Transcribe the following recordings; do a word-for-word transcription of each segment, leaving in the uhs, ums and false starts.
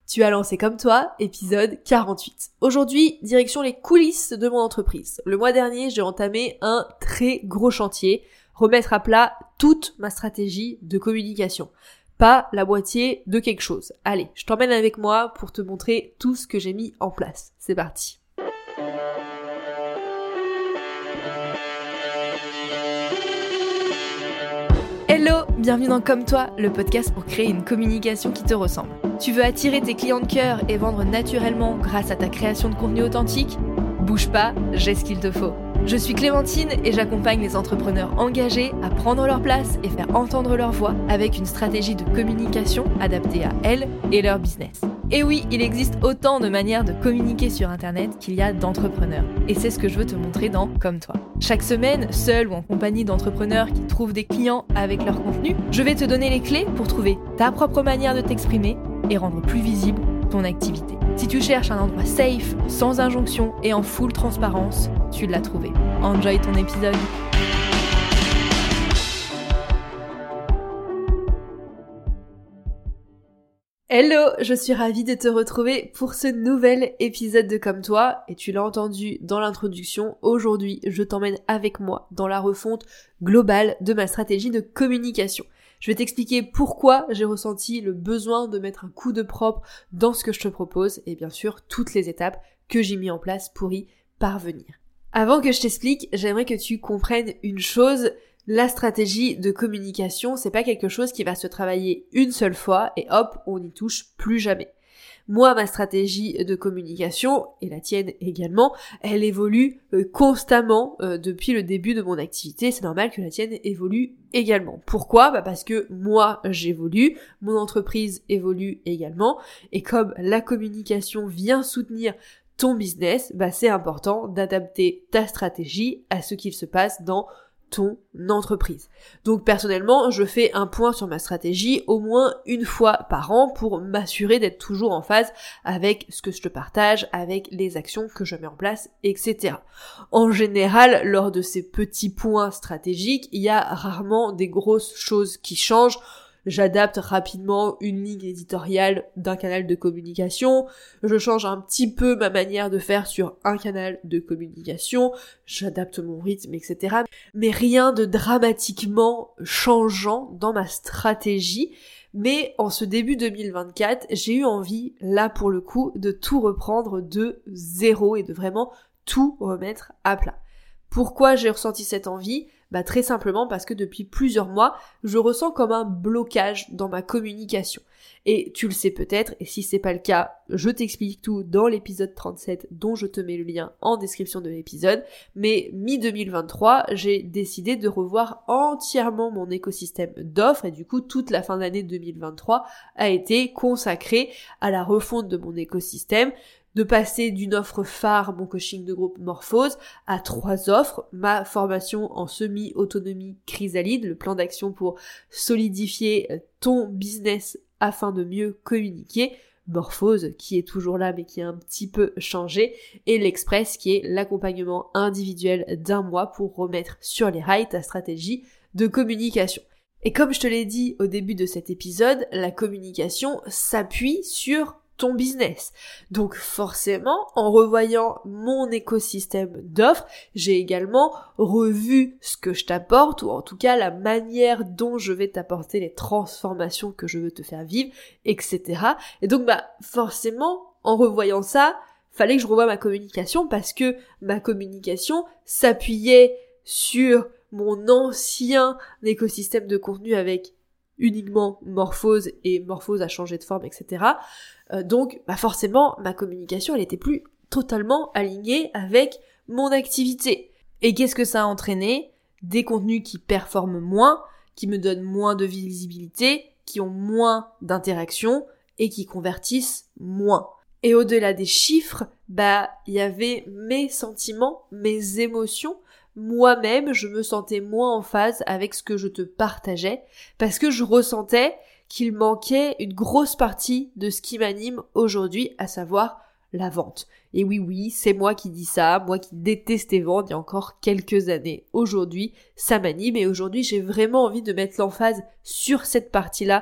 Tu as lancé comme toi, épisode quarante-huit. Aujourd'hui, direction les coulisses de mon entreprise. Le mois dernier, j'ai entamé un très gros chantier, remettre à plat toute ma stratégie de communication. Pas la moitié de quelque chose. Allez, je t'emmène avec moi pour te montrer tout ce que j'ai mis en place. C'est parti. Hello, bienvenue dans Comme toi, le podcast pour créer une communication qui te ressemble. Tu veux attirer tes clients de cœur et vendre naturellement grâce à ta création de contenu authentique ? Bouge pas, j'ai ce qu'il te faut. Je suis Clémentine et j'accompagne les entrepreneurs engagés à prendre leur place et faire entendre leur voix avec une stratégie de communication adaptée à elles et leur business. Et oui, il existe autant de manières de communiquer sur Internet qu'il y a d'entrepreneurs. Et c'est ce que je veux te montrer dans Comme toi. Chaque semaine, seul ou en compagnie d'entrepreneurs qui trouvent des clients avec leur contenu, je vais te donner les clés pour trouver ta propre manière de t'exprimer et rendre plus visible ton activité. Si tu cherches un endroit safe, sans injonction et en full transparence, tu l'as trouvé. Enjoy ton épisode. Hello, je suis ravie de te retrouver pour ce nouvel épisode de Comme toi, et tu l'as entendu dans l'introduction, aujourd'hui je t'emmène avec moi dans la refonte globale de ma stratégie de communication. Je vais t'expliquer pourquoi j'ai ressenti le besoin de mettre un coup de propre dans ce que je te propose, et bien sûr toutes les étapes que j'ai mis en place pour y parvenir. Avant que je t'explique, j'aimerais que tu comprennes une chose. La stratégie de communication, c'est pas quelque chose qui va se travailler une seule fois et hop, on n'y touche plus jamais. Moi, ma stratégie de communication, et la tienne également, elle évolue euh, constamment euh, depuis le début de mon activité. C'est normal que la tienne évolue également. Pourquoi ? Bah parce que moi, j'évolue, mon entreprise évolue également, et comme la communication vient soutenir ton business, bah c'est important d'adapter ta stratégie à ce qu'il se passe dans ton entreprise. Donc personnellement, je fais un point sur ma stratégie au moins une fois par an pour m'assurer d'être toujours en phase avec ce que je te partage, avec les actions que je mets en place, et cetera. En général, lors de ces petits points stratégiques, il y a rarement des grosses choses qui changent. J'adapte rapidement une ligne éditoriale d'un canal de communication, je change un petit peu ma manière de faire sur un canal de communication, j'adapte mon rythme, et cetera. Mais rien de dramatiquement changeant dans ma stratégie. Mais en ce début deux mille vingt-quatre, j'ai eu envie, là pour le coup, de tout reprendre de zéro et de vraiment tout remettre à plat. Pourquoi j'ai ressenti cette envie ? Bah très simplement parce que depuis plusieurs mois, je ressens comme un blocage dans ma communication. Et tu le sais peut-être, et si c'est pas le cas, je t'explique tout dans l'épisode trente-sept dont je te mets le lien en description de l'épisode. Mais mi deux mille vingt-trois, j'ai décidé de revoir entièrement mon écosystème d'offres et du coup toute la fin d'année deux mille vingt-trois a été consacrée à la refonte de mon écosystème, de passer d'une offre phare, mon coaching de groupe Morphose, à trois offres, ma formation en semi-autonomie chrysalide, le plan d'action pour solidifier ton business afin de mieux communiquer, Morphose qui est toujours là mais qui a un petit peu changé, et l'Express qui est l'accompagnement individuel d'un mois pour remettre sur les rails ta stratégie de communication. Et comme je te l'ai dit au début de cet épisode, la communication s'appuie sur ton business. Donc forcément, en revoyant mon écosystème d'offres, j'ai également revu ce que je t'apporte, ou en tout cas la manière dont je vais t'apporter les transformations que je veux te faire vivre, et cetera. Et donc bah forcément, en revoyant ça, fallait que je revoie ma communication parce que ma communication s'appuyait sur mon ancien écosystème de contenu avec uniquement Morphose, et Morphose a changé de forme, et cetera. Euh, donc, bah forcément, ma communication, elle était plus totalement alignée avec mon activité. Et qu'est-ce que ça a entraîné ? Des contenus qui performent moins, qui me donnent moins de visibilité, qui ont moins d'interaction et qui convertissent moins. Et au-delà des chiffres, bah, il y avait mes sentiments, mes émotions. Moi-même, je me sentais moins en phase avec ce que je te partageais parce que je ressentais qu'il manquait une grosse partie de ce qui m'anime aujourd'hui, à savoir la vente. Et oui, oui, c'est moi qui dis ça, moi qui détestais vendre il y a encore quelques années. Aujourd'hui, ça m'anime et aujourd'hui, j'ai vraiment envie de mettre l'emphase sur cette partie-là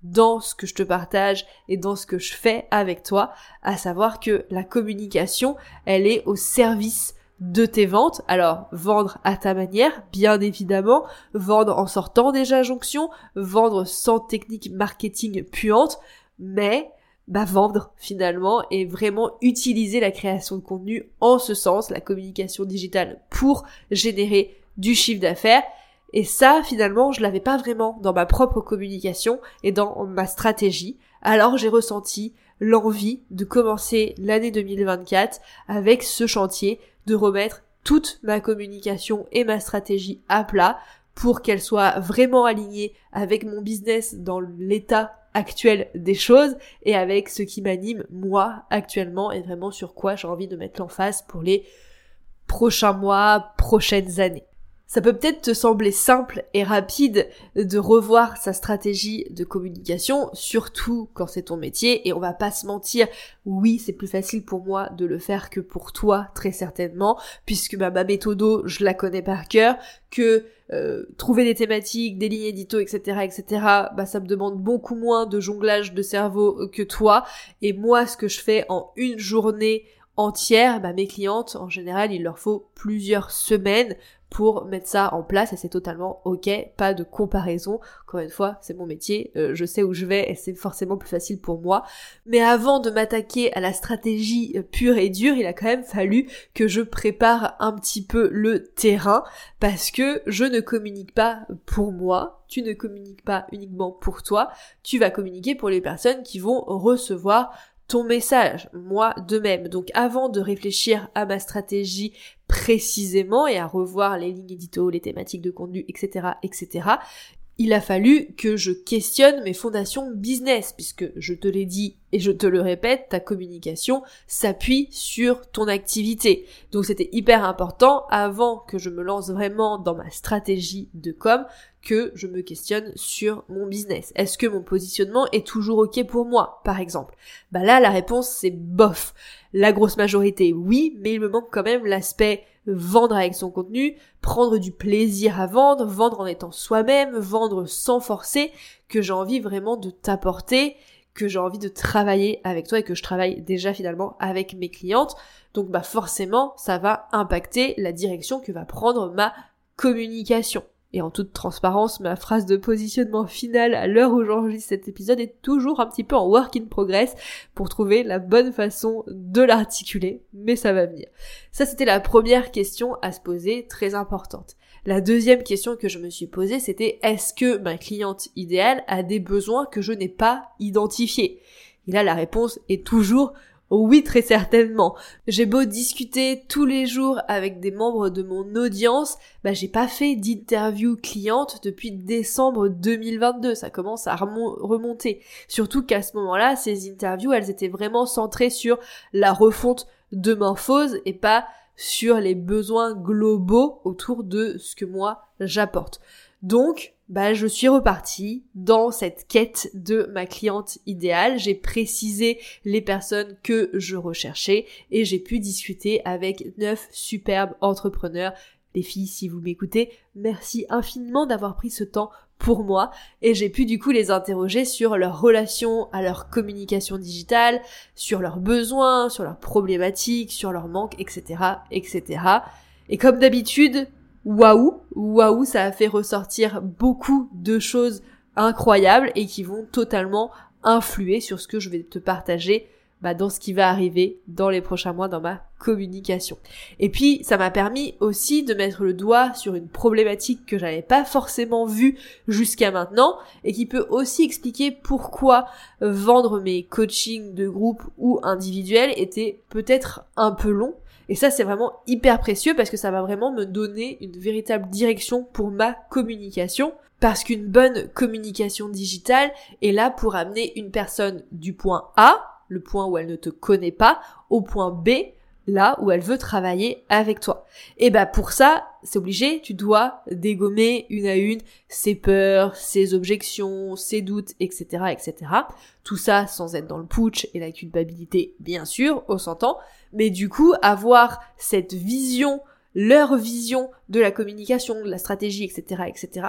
dans ce que je te partage et dans ce que je fais avec toi, à savoir que la communication, elle est au service de tes ventes. Alors, vendre à ta manière, bien évidemment, vendre en sortant des injonctions, vendre sans technique marketing puante, mais bah vendre finalement et vraiment utiliser la création de contenu en ce sens, la communication digitale pour générer du chiffre d'affaires. Et ça, finalement, je l'avais pas vraiment dans ma propre communication et dans ma stratégie. Alors j'ai ressenti l'envie de commencer l'année deux mille vingt-quatre avec ce chantier, de remettre toute ma communication et ma stratégie à plat pour qu'elle soit vraiment alignée avec mon business dans l'état actuel des choses et avec ce qui m'anime moi actuellement et vraiment sur quoi j'ai envie de mettre l'emphase pour les prochains mois, prochaines années. Ça peut peut-être te sembler simple et rapide de revoir sa stratégie de communication, surtout quand c'est ton métier, et on va pas se mentir, oui, c'est plus facile pour moi de le faire que pour toi, très certainement, puisque bah, ma méthode, je la connais par cœur, que euh, trouver des thématiques, des lignes édito, et cetera, et cetera, bah ça me demande beaucoup moins de jonglage de cerveau que toi, et moi, ce que je fais en une journée entière, bah mes clientes, en général, il leur faut plusieurs semaines pour mettre ça en place et c'est totalement ok, pas de comparaison. Encore une fois, c'est mon métier, euh, je sais où je vais et c'est forcément plus facile pour moi. Mais avant de m'attaquer à la stratégie pure et dure, il a quand même fallu que je prépare un petit peu le terrain parce que je ne communique pas pour moi, tu ne communiques pas uniquement pour toi, tu vas communiquer pour les personnes qui vont recevoir ton message, moi de même. Donc avant de réfléchir à ma stratégie précisément et à revoir les lignes édito, les thématiques de contenu, et cetera, et cetera, il a fallu que je questionne mes fondations business, puisque je te l'ai dit et je te le répète, ta communication s'appuie sur ton activité. Donc c'était hyper important, avant que je me lance vraiment dans ma stratégie de com, que je me questionne sur mon business. Est-ce que mon positionnement est toujours ok pour moi, par exemple? Bah là, la réponse c'est bof. La grosse majorité, oui, mais il me manque quand même l'aspect vendre avec son contenu, prendre du plaisir à vendre, vendre en étant soi-même, vendre sans forcer, que j'ai envie vraiment de t'apporter, que j'ai envie de travailler avec toi et que je travaille déjà finalement avec mes clientes. Donc bah forcément, ça va impacter la direction que va prendre ma communication. Et en toute transparence, ma phrase de positionnement finale à l'heure où j'enregistre cet épisode est toujours un petit peu en work in progress pour trouver la bonne façon de l'articuler, mais ça va venir. Ça, c'était la première question à se poser, très importante. La deuxième question que je me suis posée, c'était est-ce que ma cliente idéale a des besoins que je n'ai pas identifiés? Et là, la réponse est toujours oui, très certainement. J'ai beau discuter tous les jours avec des membres de mon audience, bah j'ai pas fait d'interview cliente depuis décembre deux mille vingt-deux, ça commence à remonter. Surtout qu'à ce moment-là, ces interviews, elles étaient vraiment centrées sur la refonte de Morphose et pas sur les besoins globaux autour de ce que moi j'apporte. Donc, bah, je suis repartie dans cette quête de ma cliente idéale. J'ai précisé les personnes que je recherchais et j'ai pu discuter avec neuf superbes entrepreneurs. Les filles, si vous m'écoutez, merci infiniment d'avoir pris ce temps pour moi et j'ai pu du coup les interroger sur leur relation à leur communication digitale, sur leurs besoins, sur leurs problématiques, sur leurs manques, et cetera, et cetera. Et comme d'habitude, waouh, waouh, ça a fait ressortir beaucoup de choses incroyables et qui vont totalement influer sur ce que je vais te partager bah, dans ce qui va arriver dans les prochains mois dans ma communication. Et puis, ça m'a permis aussi de mettre le doigt sur une problématique que j'avais pas forcément vue jusqu'à maintenant et qui peut aussi expliquer pourquoi vendre mes coachings de groupe ou individuels était peut-être un peu long. Et ça, c'est vraiment hyper précieux parce que ça va vraiment me donner une véritable direction pour ma communication. Parce qu'une bonne communication digitale est là pour amener une personne du point A, le point où elle ne te connaît pas, au point B, là où elle veut travailler avec toi. Et bah pour ça, c'est obligé, tu dois dégommer une à une ses peurs, ses objections, ses doutes, et cetera, et cetera. Tout ça sans être dans le putsch et la culpabilité, bien sûr, on s'entend. Mais du coup, avoir cette vision, leur vision de la communication, de la stratégie, et cetera, et cetera,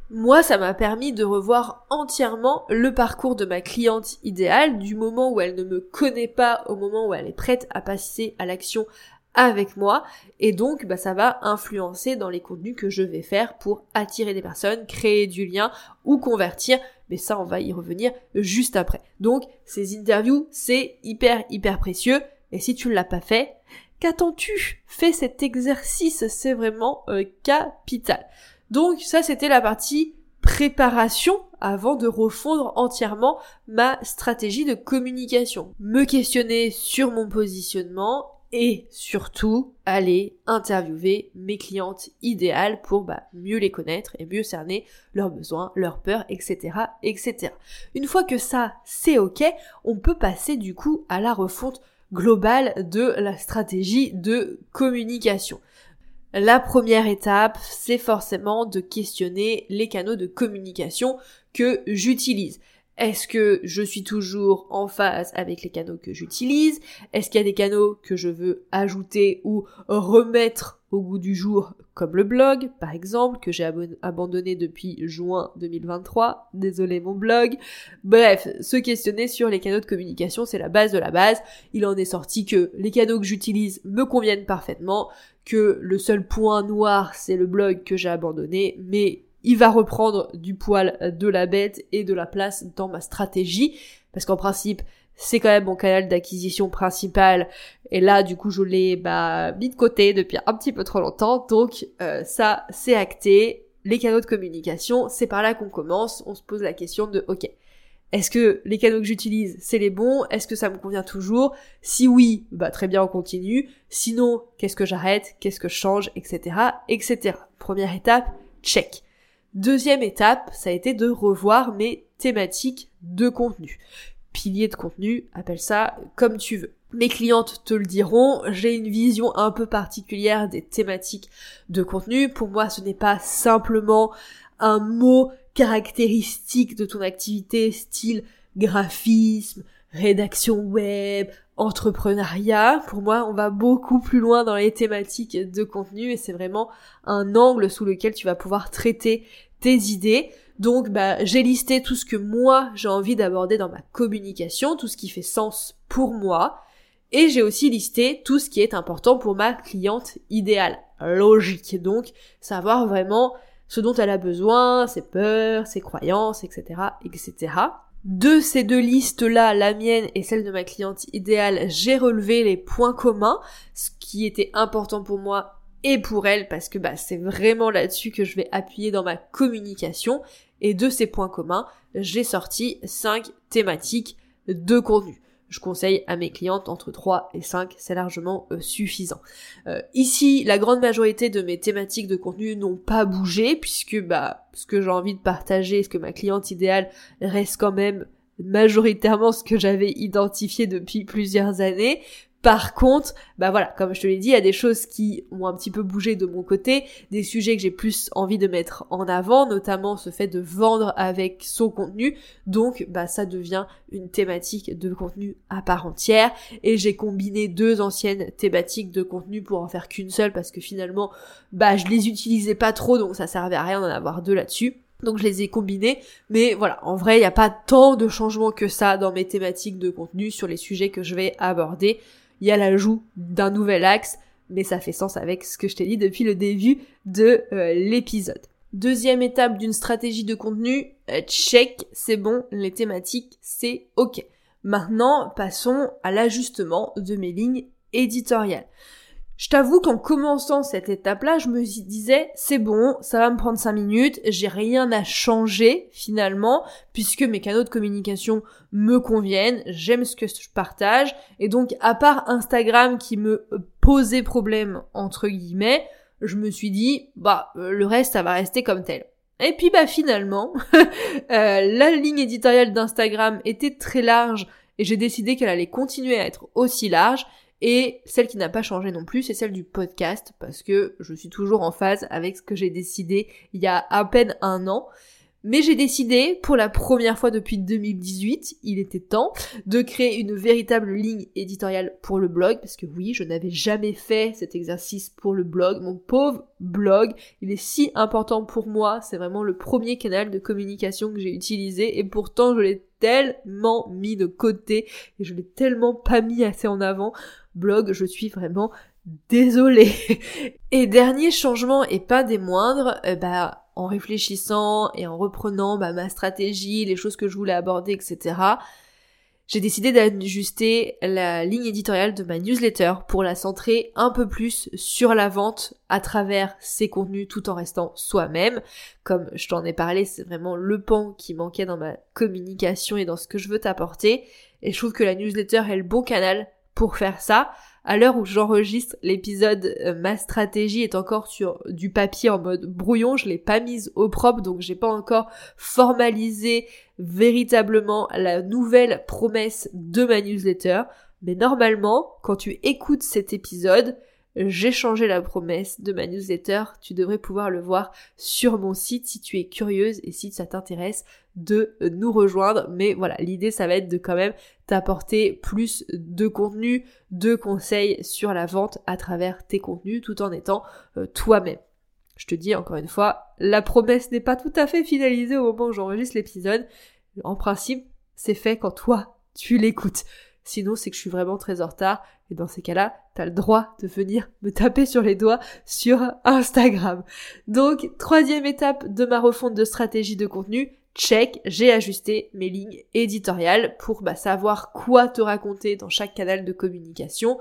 Moi, ça m'a permis de revoir entièrement le parcours de ma cliente idéale, du moment où elle ne me connaît pas au moment où elle est prête à passer à l'action avec moi, et donc bah, ça va influencer dans les contenus que je vais faire pour attirer des personnes, créer du lien ou convertir, mais ça on va y revenir juste après. Donc ces interviews, c'est hyper hyper précieux, et si tu ne l'as pas fait, qu'attends-tu ? Fais cet exercice, c'est vraiment euh, capital. Donc ça c'était la partie préparation avant de refondre entièrement ma stratégie de communication. Me questionner sur mon positionnement et surtout aller interviewer mes clientes idéales pour bah, mieux les connaître et mieux cerner leurs besoins, leurs peurs, et cetera, et cetera. Une fois que ça c'est ok, on peut passer du coup à la refonte globale de la stratégie de communication. La première étape, c'est forcément de questionner les canaux de communication que j'utilise. Est-ce que je suis toujours en phase avec les canaux que j'utilise ? Est-ce qu'il y a des canaux que je veux ajouter ou remettre au goût du jour, comme le blog, par exemple, que j'ai ab- abandonné depuis juin deux mille vingt-trois. Désolé mon blog. Bref, se questionner sur les canaux de communication, c'est la base de la base. Il en est sorti que les canaux que j'utilise me conviennent parfaitement, que le seul point noir, c'est le blog que j'ai abandonné, mais il va reprendre du poil de la bête et de la place dans ma stratégie, parce qu'en principe, c'est quand même mon canal d'acquisition principal, et là, du coup, je l'ai bah, mis de côté depuis un petit peu trop longtemps, donc euh, ça, c'est acté. Les canaux de communication, c'est par là qu'on commence, on se pose la question de, ok, est-ce que les canaux que j'utilise, c'est les bons ? Est-ce que ça me convient toujours ? Si oui, bah très bien, on continue. Sinon, qu'est-ce que j'arrête ? Qu'est-ce que je change ? Etc., et cetera. Première étape, check. Deuxième étape, ça a été de revoir mes thématiques de contenu. Piliers de contenu, appelle ça comme tu veux. Mes clientes te le diront, j'ai une vision un peu particulière des thématiques de contenu. Pour moi, ce n'est pas simplement un mot caractéristique de ton activité, style graphisme, rédaction web, entrepreneuriat. Pour moi, on va beaucoup plus loin dans les thématiques de contenu et c'est vraiment un angle sous lequel tu vas pouvoir traiter tes idées. Donc, bah, j'ai listé tout ce que moi, j'ai envie d'aborder dans ma communication, tout ce qui fait sens pour moi. Et j'ai aussi listé tout ce qui est important pour ma cliente idéale. Logique. Donc, savoir vraiment ce dont elle a besoin, ses peurs, ses croyances, et cetera, et cetera. De ces deux listes-là, la mienne et celle de ma cliente idéale, j'ai relevé les points communs, ce qui était important pour moi et pour elle, parce que bah c'est vraiment là-dessus que je vais appuyer dans ma communication. Et de ces points communs, j'ai sorti cinq thématiques de contenu. Je conseille à mes clientes entre trois et cinq, c'est largement euh, suffisant. Euh, ici, la grande majorité de mes thématiques de contenu n'ont pas bougé, puisque bah ce que j'ai envie de partager, ce que ma cliente idéale reste quand même majoritairement ce que j'avais identifié depuis plusieurs années. Par contre, bah voilà, comme je te l'ai dit, il y a des choses qui ont un petit peu bougé de mon côté, des sujets que j'ai plus envie de mettre en avant, notamment ce fait de vendre avec son contenu, donc bah ça devient une thématique de contenu à part entière, et j'ai combiné deux anciennes thématiques de contenu pour en faire qu'une seule, parce que finalement, bah je les utilisais pas trop, donc ça servait à rien d'en avoir deux là-dessus. Donc je les ai combinés, mais voilà, en vrai, il n'y a pas tant de changements que ça dans mes thématiques de contenu sur les sujets que je vais aborder. Il y a l'ajout d'un nouvel axe, mais ça fait sens avec ce que je t'ai dit depuis le début de euh, l'épisode. Deuxième étape d'une stratégie de contenu, euh, check, c'est bon, les thématiques, c'est ok. Maintenant, passons à l'ajustement de mes lignes éditoriales. Je t'avoue qu'en commençant cette étape-là, je me disais, c'est bon, ça va me prendre cinq minutes, j'ai rien à changer finalement, puisque mes canaux de communication me conviennent, j'aime ce que je partage, et donc à part Instagram qui me posait problème, entre guillemets, je me suis dit, bah, le reste, ça va rester comme tel. Et puis bah finalement, euh, la ligne éditoriale d'Instagram était très large, et j'ai décidé qu'elle allait continuer à être aussi large. Et celle qui n'a pas changé non plus, c'est celle du podcast, parce que je suis toujours en phase avec ce que j'ai décidé il y a à peine un an. Mais j'ai décidé, pour la première fois depuis deux mille dix-huit, il était temps, de créer une véritable ligne éditoriale pour le blog, parce que oui, je n'avais jamais fait cet exercice pour le blog. Mon pauvre blog, il est si important pour moi, c'est vraiment le premier canal de communication que j'ai utilisé, et pourtant je l'ai tellement mis de côté, et je l'ai tellement pas mis assez en avant. Blog, je suis vraiment désolée. Et dernier changement, et pas des moindres, euh, bah... en réfléchissant et en reprenant bah, ma stratégie, les choses que je voulais aborder, et cetera, j'ai décidé d'ajuster la ligne éditoriale de ma newsletter pour la centrer un peu plus sur la vente à travers ses contenus tout en restant soi-même. Comme je t'en ai parlé, c'est vraiment le pan qui manquait dans ma communication et dans ce que je veux t'apporter. Et je trouve que la newsletter est le bon canal pour faire ça. À l'heure où j'enregistre l'épisode, euh, ma stratégie est encore sur du papier en mode brouillon, je l'ai pas mise au propre, donc j'ai pas encore formalisé véritablement la nouvelle promesse de ma newsletter. Mais normalement, quand tu écoutes cet épisode, j'ai changé la promesse de ma newsletter. Tu devrais pouvoir le voir sur mon site si tu es curieuse et si ça t'intéresse de nous rejoindre. Mais voilà, l'idée ça va être de quand même t'apporter plus de contenu, de conseils sur la vente à travers tes contenus tout en étant euh, toi-même. Je te dis encore une fois, la promesse n'est pas tout à fait finalisée au moment où j'enregistre l'épisode. En principe, c'est fait quand toi, tu l'écoutes. Sinon, c'est que je suis vraiment très en retard. Et dans ces cas-là, t'as le droit de venir me taper sur les doigts sur Instagram. Donc, troisième étape de ma refonte de stratégie de contenu, check, j'ai ajusté mes lignes éditoriales pour bah, savoir quoi te raconter dans chaque canal de communication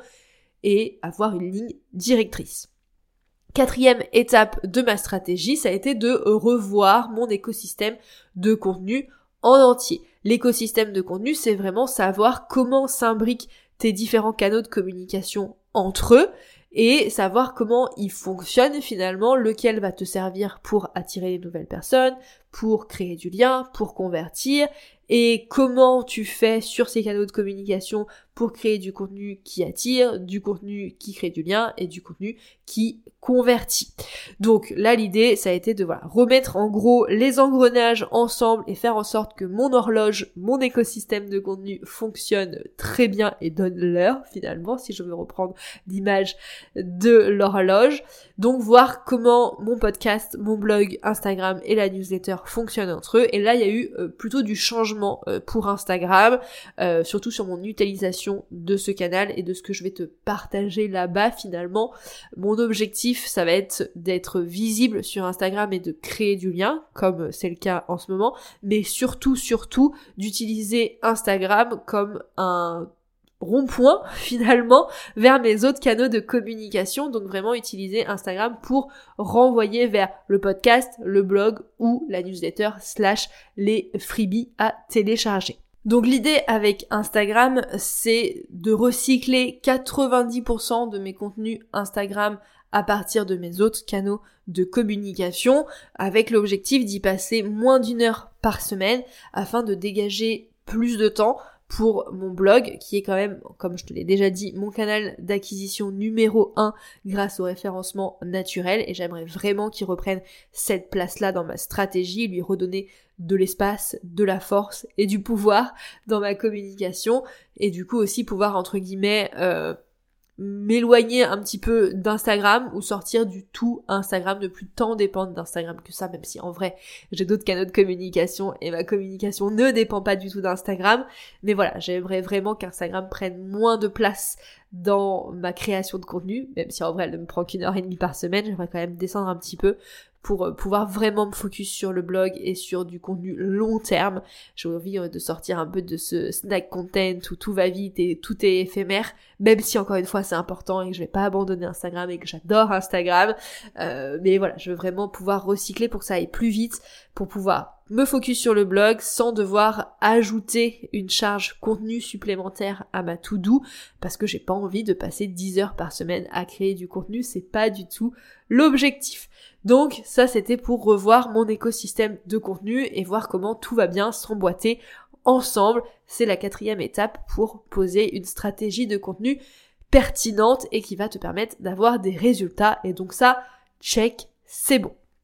et avoir une ligne directrice. Quatrième étape de ma stratégie, ça a été de revoir mon écosystème de contenu en entier. L'écosystème de contenu, c'est vraiment savoir comment s'imbriquent tes différents canaux de communication entre eux et savoir comment ils fonctionnent finalement, lequel va te servir pour attirer de nouvelles personnes, pour créer du lien, pour convertir, et comment tu fais sur ces canaux de communication pour créer du contenu qui attire, du contenu qui crée du lien et du contenu qui convertit. Donc là, l'idée, ça a été de voilà, remettre en gros les engrenages ensemble et faire en sorte que mon horloge, mon écosystème de contenu fonctionne très bien et donne l'heure finalement, si je veux reprendre l'image de l'horloge. Donc voir comment mon podcast, mon blog, Instagram et la newsletter fonctionnent entre eux. Et là, il y a eu euh, plutôt du changement euh, pour Instagram, euh, surtout sur mon utilisation de ce canal et de ce que je vais te partager là-bas finalement. Mon objectif, ça va être d'être visible sur Instagram et de créer du lien, comme c'est le cas en ce moment, mais surtout, surtout, d'utiliser Instagram comme un rond-point finalement vers mes autres canaux de communication, donc vraiment utiliser Instagram pour renvoyer vers le podcast, le blog ou la newsletter slash les freebies à télécharger. Donc l'idée avec Instagram, c'est de recycler quatre-vingt-dix pour cent de mes contenus Instagram à partir de mes autres canaux de communication, avec l'objectif d'y passer moins d'une heure par semaine afin de dégager plus de temps pour mon blog, qui est quand même, comme je te l'ai déjà dit, mon canal d'acquisition numéro un grâce au référencement naturel, et j'aimerais vraiment qu'il reprenne cette place-là dans ma stratégie, lui redonner de l'espace, de la force et du pouvoir dans ma communication, et du coup aussi pouvoir, entre guillemets, euh, m'éloigner un petit peu d'Instagram ou sortir du tout Instagram, ne plus tant dépendre d'Instagram que ça, même si en vrai j'ai d'autres canaux de communication et ma communication ne dépend pas du tout d'Instagram, mais voilà, j'aimerais vraiment qu'Instagram prenne moins de place dans ma création de contenu, même si en vrai elle ne me prend qu'une heure et demie par semaine, j'aimerais quand même descendre un petit peu pour pouvoir vraiment me focus sur le blog et sur du contenu long terme. J'ai envie de sortir un peu de ce snack content où tout va vite et tout est éphémère, même si encore une fois c'est important et que je vais pas abandonner Instagram et que j'adore Instagram. Euh, mais voilà, je veux vraiment pouvoir recycler pour que ça aille plus vite, pour pouvoir me focus sur le blog sans devoir ajouter une charge contenu supplémentaire à ma to-do, parce que j'ai pas envie de passer dix heures par semaine à créer du contenu, c'est pas du tout l'objectif. Donc ça c'était pour revoir mon écosystème de contenu et voir comment tout va bien s'emboîter ensemble. C'est la quatrième étape pour poser une stratégie de contenu pertinente et qui va te permettre d'avoir des résultats. Et donc ça, check, c'est bon.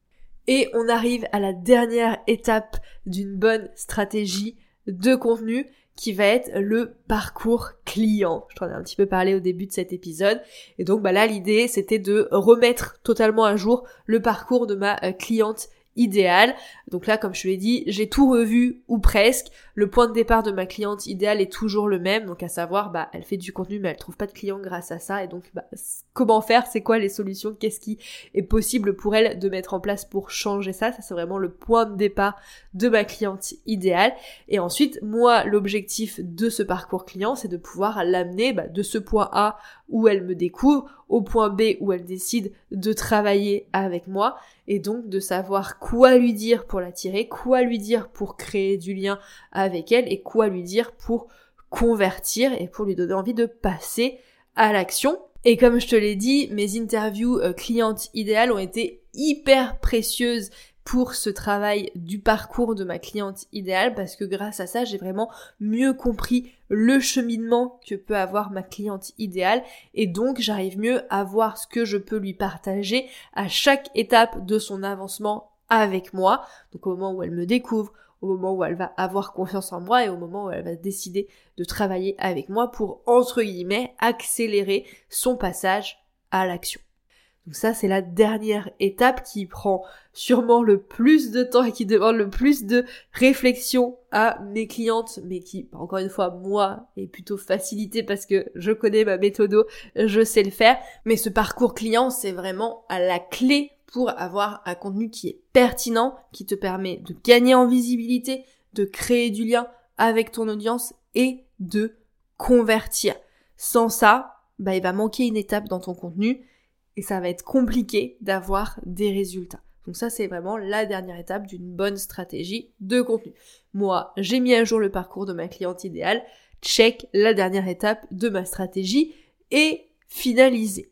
Et on arrive à la dernière étape d'une bonne stratégie de contenu qui va être le parcours client. Je t'en ai un petit peu parlé au début de cet épisode. Et donc bah là, l'idée, c'était de remettre totalement à jour le parcours de ma cliente idéale. Donc là, comme je te l'ai dit, j'ai tout revu ou presque. Le point de départ de ma cliente idéale est toujours le même, donc à savoir, bah, elle fait du contenu mais elle trouve pas de clients grâce à ça, et donc bah, comment faire, c'est quoi les solutions, qu'est-ce qui est possible pour elle de mettre en place pour changer ça. Ça, c'est vraiment le point de départ de ma cliente idéale. Et ensuite, moi, l'objectif de ce parcours client, c'est de pouvoir l'amener bah, de ce point A où elle me découvre au point B où elle décide de travailler avec moi, et donc de savoir quoi lui dire pour l'attirer, quoi lui dire pour créer du lien avec elle, et quoi lui dire pour convertir et pour lui donner envie de passer à l'action. Et comme je te l'ai dit, mes interviews euh, clientes idéales ont été hyper précieuses pour ce travail du parcours de ma cliente idéale, parce que grâce à ça, j'ai vraiment mieux compris le cheminement que peut avoir ma cliente idéale, et donc j'arrive mieux à voir ce que je peux lui partager à chaque étape de son avancement avec moi, donc au moment où elle me découvre, au moment où elle va avoir confiance en moi et au moment où elle va décider de travailler avec moi pour, entre guillemets, accélérer son passage à l'action. Donc ça, c'est la dernière étape qui prend sûrement le plus de temps et qui demande le plus de réflexion à mes clientes, mais qui, encore une fois, moi, est plutôt facilité parce que je connais ma méthode, je sais le faire. Mais ce parcours client, c'est vraiment à la clé pour avoir un contenu qui est pertinent, qui te permet de gagner en visibilité, de créer du lien avec ton audience et de convertir. Sans ça, bah, il va manquer une étape dans ton contenu, et ça va être compliqué d'avoir des résultats. Donc ça, c'est vraiment la dernière étape d'une bonne stratégie de contenu. Moi, j'ai mis à jour le parcours de ma cliente idéale. Check, la dernière étape de ma stratégie est finalisée.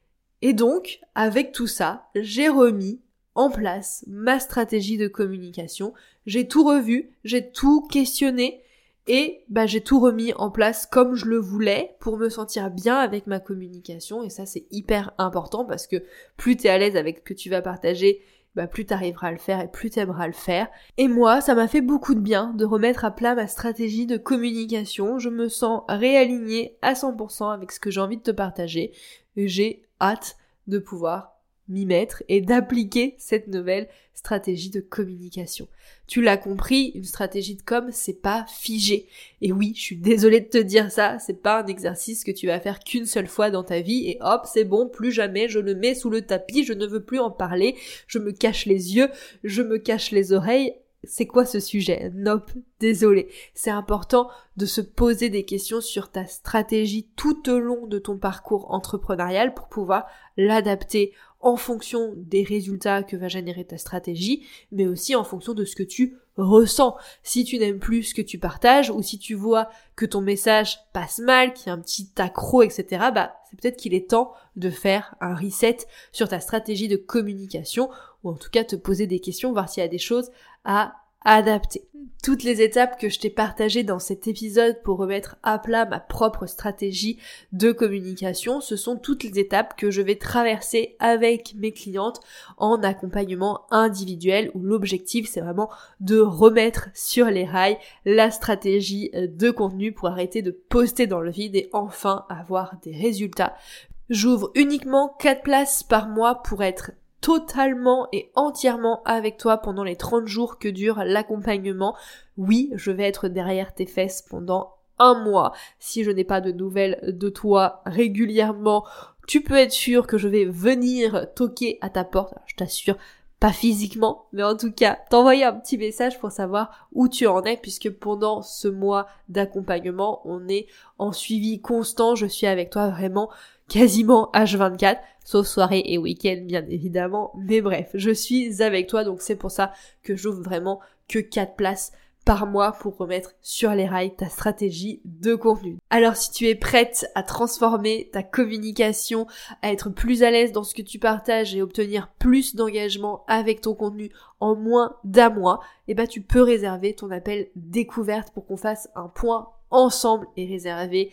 Et donc, avec tout ça, j'ai remis en place ma stratégie de communication. J'ai tout revu, j'ai tout questionné, et bah j'ai tout remis en place comme je le voulais pour me sentir bien avec ma communication, et ça c'est hyper important parce que plus t'es à l'aise avec ce que tu vas partager, bah plus t'arriveras à le faire et plus t'aimeras le faire. Et moi, ça m'a fait beaucoup de bien de remettre à plat ma stratégie de communication. Je me sens réalignée à cent pour cent avec ce que j'ai envie de te partager, et j'ai hâte de pouvoir m'y mettre et d'appliquer cette nouvelle stratégie de communication. Tu l'as compris, une stratégie de com, c'est pas figé. Et oui, je suis désolée de te dire ça, c'est pas un exercice que tu vas faire qu'une seule fois dans ta vie et hop, c'est bon, plus jamais, je le mets sous le tapis, je ne veux plus en parler, je me cache les yeux, je me cache les oreilles. C'est quoi ce sujet? Nope, désolé. C'est important de se poser des questions sur ta stratégie tout au long de ton parcours entrepreneurial pour pouvoir l'adapter en fonction des résultats que va générer ta stratégie, mais aussi en fonction de ce que tu ressens. Si tu n'aimes plus ce que tu partages, ou si tu vois que ton message passe mal, qu'il y a un petit accroc, et cetera, bah, c'est peut-être qu'il est temps de faire un reset sur ta stratégie de communication, ou en tout cas te poser des questions, voir s'il y a des choses à adapter. Toutes les étapes que je t'ai partagées dans cet épisode pour remettre à plat ma propre stratégie de communication, ce sont toutes les étapes que je vais traverser avec mes clientes en accompagnement individuel, où l'objectif c'est vraiment de remettre sur les rails la stratégie de contenu pour arrêter de poster dans le vide et enfin avoir des résultats. J'ouvre uniquement quatre places par mois pour être totalement et entièrement avec toi pendant les trente jours que dure l'accompagnement. Oui, je vais être derrière tes fesses pendant un mois. Si je n'ai pas de nouvelles de toi régulièrement, tu peux être sûr que je vais venir toquer à ta porte. Je t'assure, pas physiquement, mais en tout cas, t'envoyer un petit message pour savoir où tu en es, puisque pendant ce mois d'accompagnement, on est en suivi constant. Je suis avec toi vraiment quasiment H vingt-quatre, sauf soirée et week-end bien évidemment, mais bref, je suis avec toi, donc c'est pour ça que j'ouvre vraiment que quatre places par mois pour remettre sur les rails ta stratégie de contenu. Alors si tu es prête à transformer ta communication, à être plus à l'aise dans ce que tu partages et obtenir plus d'engagement avec ton contenu en moins d'un mois, eh ben tu peux réserver ton appel découverte pour qu'on fasse un point ensemble et réserver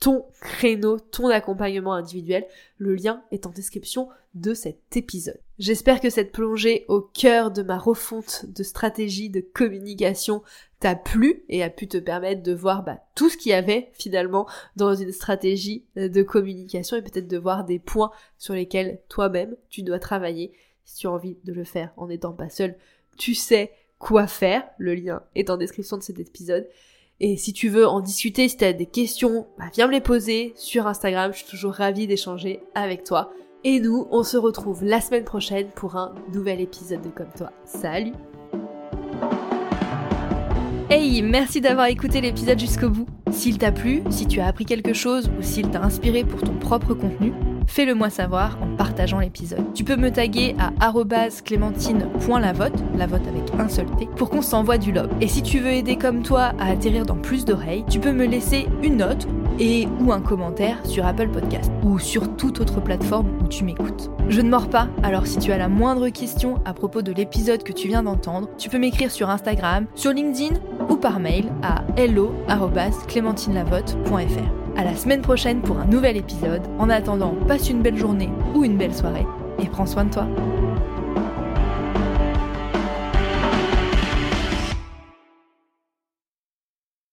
ton créneau, ton accompagnement individuel. Le lien est en description de cet épisode. J'espère que cette plongée au cœur de ma refonte de stratégie de communication t'a plu et a pu te permettre de voir bah, tout ce qu'il y avait finalement dans une stratégie de communication et peut-être de voir des points sur lesquels toi-même tu dois travailler. Si tu as envie de le faire en n'étant pas seul, tu sais quoi faire. Le lien est en description de cet épisode. Et si tu veux en discuter, si tu as des questions, bah viens me les poser sur Instagram. Je suis toujours ravie d'échanger avec toi. Et nous, on se retrouve la semaine prochaine pour un nouvel épisode de Comme Toi. Salut! Hey, merci d'avoir écouté l'épisode jusqu'au bout. S'il t'a plu, si tu as appris quelque chose ou s'il t'a inspiré pour ton propre contenu, fais-le moi savoir en partageant l'épisode. Tu peux me taguer à arobase clémentine point lavote, la vote avec un seul T, pour qu'on s'envoie du love. Et si tu veux aider comme toi à atterrir dans plus d'oreilles, tu peux me laisser une note et ou un commentaire sur Apple Podcast ou sur toute autre plateforme où tu m'écoutes. Je ne mords pas, alors si tu as la moindre question à propos de l'épisode que tu viens d'entendre, tu peux m'écrire sur Instagram, sur LinkedIn ou par mail à hello arobase clémentine lavote point f r. À la semaine prochaine pour un nouvel épisode. En attendant, passe une belle journée ou une belle soirée et prends soin de toi.